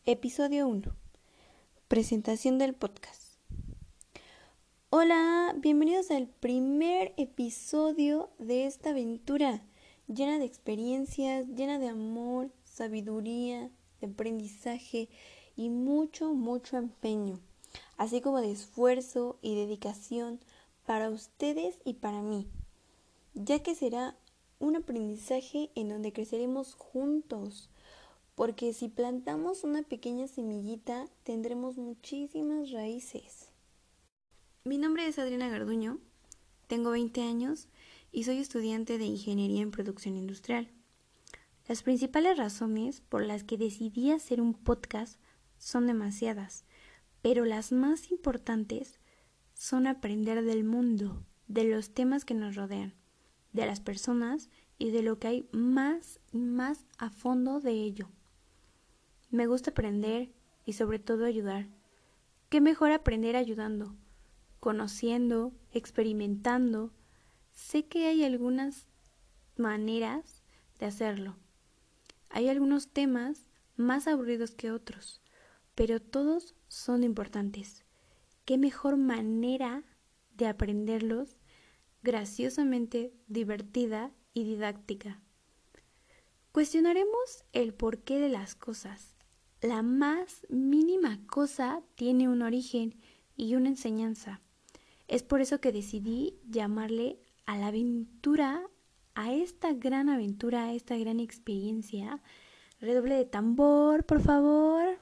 Episodio 1. Presentación del podcast. Hola, bienvenidos al primer episodio de esta aventura llena de experiencias, llena de amor, sabiduría, de aprendizaje y mucho empeño, así como de esfuerzo y dedicación para ustedes y para mí, ya que será un aprendizaje en donde creceremos juntos. Porque si plantamos una pequeña semillita, tendremos muchísimas raíces. Mi nombre es Adriana Garduño, tengo 20 años y soy estudiante de Ingeniería en Producción Industrial. Las principales razones por las que decidí hacer un podcast son demasiadas, pero las más importantes son aprender del mundo, de los temas que nos rodean, de las personas y de lo que hay más y más a fondo de ello. Me gusta aprender y sobre todo ayudar. ¿Qué mejor aprender ayudando? Conociendo, experimentando. Sé que hay algunas maneras de hacerlo. Hay algunos temas más aburridos que otros, pero todos son importantes. ¿Qué mejor manera de aprenderlos graciosamente divertida y didáctica? Cuestionaremos el porqué de las cosas. La más mínima cosa tiene un origen y una enseñanza. Es por eso que decidí llamarle a la aventura, a esta gran aventura, a esta gran experiencia. Redoble de tambor, por favor.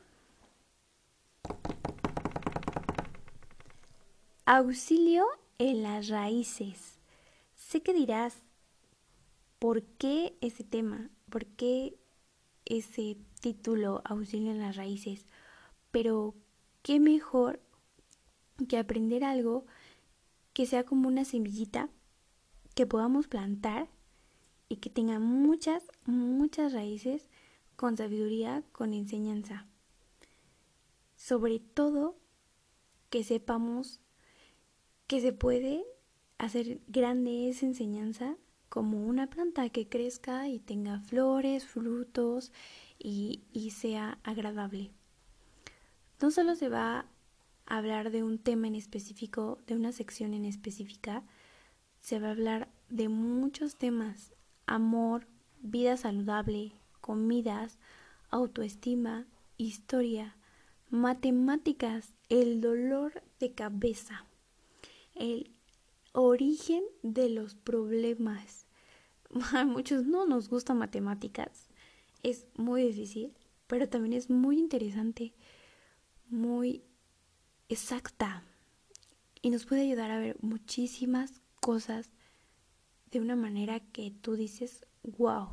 Auxilio en las raíces. Sé que dirás, ¿por qué ese tema? ¿Por qué ese título, Auxilio en las raíces? Pero qué mejor que aprender algo que sea como una semillita que podamos plantar y que tenga muchas raíces con sabiduría, con enseñanza. Sobre todo que sepamos que se puede hacer grande esa enseñanza como una planta que crezca y tenga flores, frutos y sea agradable. No solo se va a hablar de un tema en específico, de una sección en específica, se va a hablar de muchos temas: amor, vida saludable, comidas, autoestima, historia, matemáticas, el dolor de cabeza, el origen de los problemas. A muchos no nos gustan matemáticas, es muy difícil, pero también es muy interesante, muy exacta y nos puede ayudar a ver muchísimas cosas de una manera que tú dices, wow.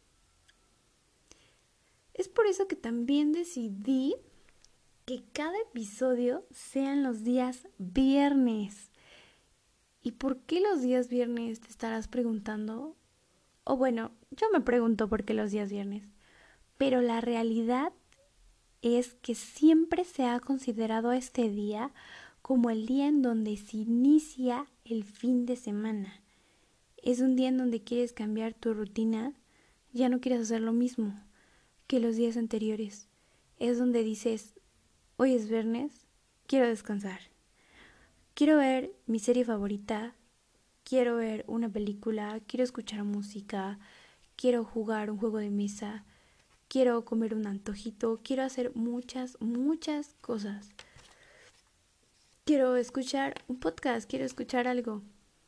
Es por eso que también decidí que cada episodio sean los días viernes. ¿Y por qué los días viernes? Te estarás preguntando. O bueno, yo me pregunto por qué los días viernes. Pero la realidad es que siempre se ha considerado este día como el día en donde se inicia el fin de semana. Es un día en donde quieres cambiar tu rutina, ya no quieres hacer lo mismo que los días anteriores. Es donde dices, hoy es viernes, quiero descansar. Quiero ver mi serie favorita, quiero ver una película, quiero escuchar música, quiero jugar un juego de mesa, quiero comer un antojito, quiero hacer muchas cosas. Quiero escuchar un podcast, quiero escuchar algo.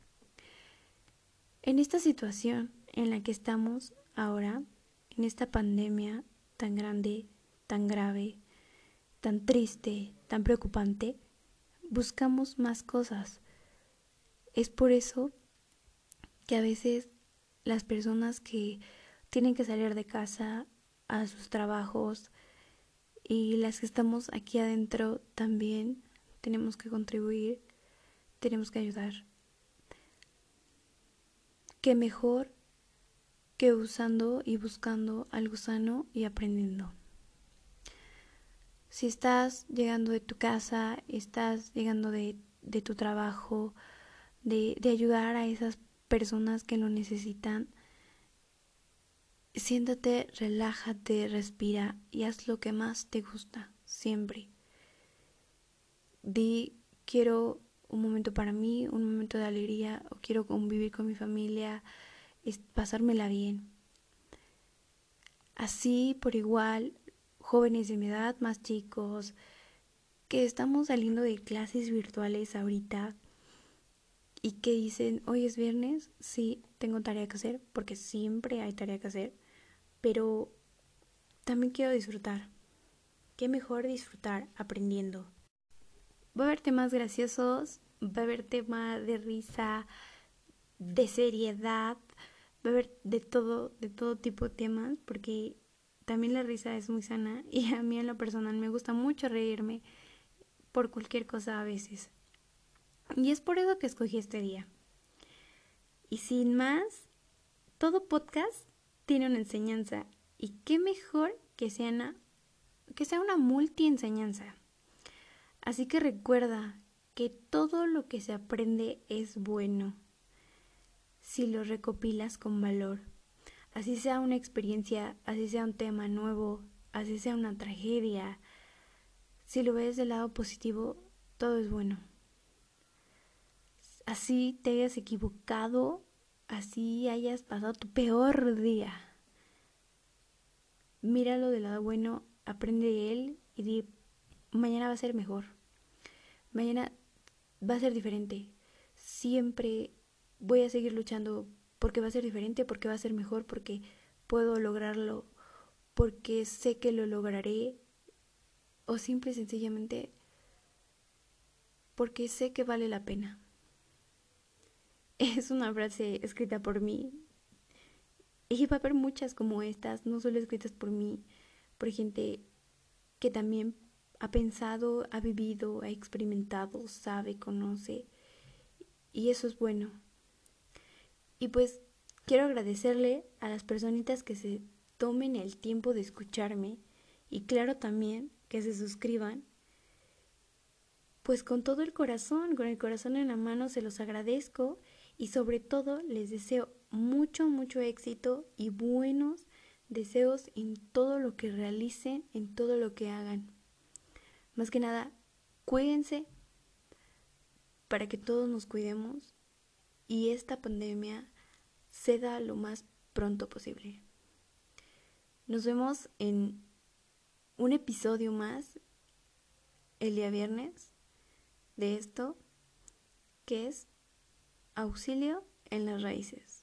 En esta situación en la que estamos ahora, en esta pandemia tan grande, tan grave, tan triste, tan preocupante, buscamos más cosas. Es por eso que a veces las personas que tienen que salir de casa a sus trabajos y las que estamos aquí adentro también tenemos que contribuir, tenemos que ayudar. ¿Qué mejor que usando y buscando algo sano y aprendiendo? Si estás llegando de tu casa, estás llegando de tu trabajo, de ayudar a esas personas que lo necesitan, Siéntate, relájate, respira y haz lo que más te gusta, siempre. Di, quiero un momento para mí, un momento de alegría, o quiero convivir con mi familia, pasármela bien. Así, por igual, jóvenes de mi edad, más chicos, que estamos saliendo de clases virtuales ahorita y que dicen, hoy es viernes, sí, tengo tarea que hacer, porque siempre hay tarea que hacer, pero también quiero disfrutar. Qué mejor disfrutar aprendiendo. Va a haber temas graciosos, va a haber tema de risa, de seriedad, va a haber de todo tipo de temas, porque también la risa es muy sana y a mí en lo personal me gusta mucho reírme por cualquier cosa a veces. Y es por eso que escogí este día. Y sin más, todo podcast tiene una enseñanza y qué mejor que sea una multi-enseñanza. Así que recuerda que todo lo que se aprende es bueno si lo recopilas con valor. Así sea una experiencia, así sea un tema nuevo, así sea una tragedia. Si lo ves del lado positivo, todo es bueno. Así te hayas equivocado, así hayas pasado tu peor día. Míralo del lado bueno, aprende de él y di, mañana va a ser mejor. Mañana va a ser diferente. Siempre voy a seguir luchando porque va a ser diferente, porque va a ser mejor, porque puedo lograrlo, porque sé que lo lograré, o simple y sencillamente porque sé que vale la pena. Es una frase escrita por mí y va a haber muchas como estas, no solo escritas por mí, por gente que también ha pensado, ha vivido, ha experimentado, sabe, conoce, y eso es bueno. Y pues quiero agradecerle a las personitas que se tomen el tiempo de escucharme y claro también que se suscriban. Pues con el corazón en la mano se los agradezco y sobre todo les deseo mucho, mucho éxito y buenos deseos en todo lo que realicen, en todo lo que hagan. Más que nada, cuídense para que todos nos cuidemos y esta pandemia ceda lo más pronto posible. Nos vemos en un episodio más el día viernes de esto que es Auxilio en las raíces.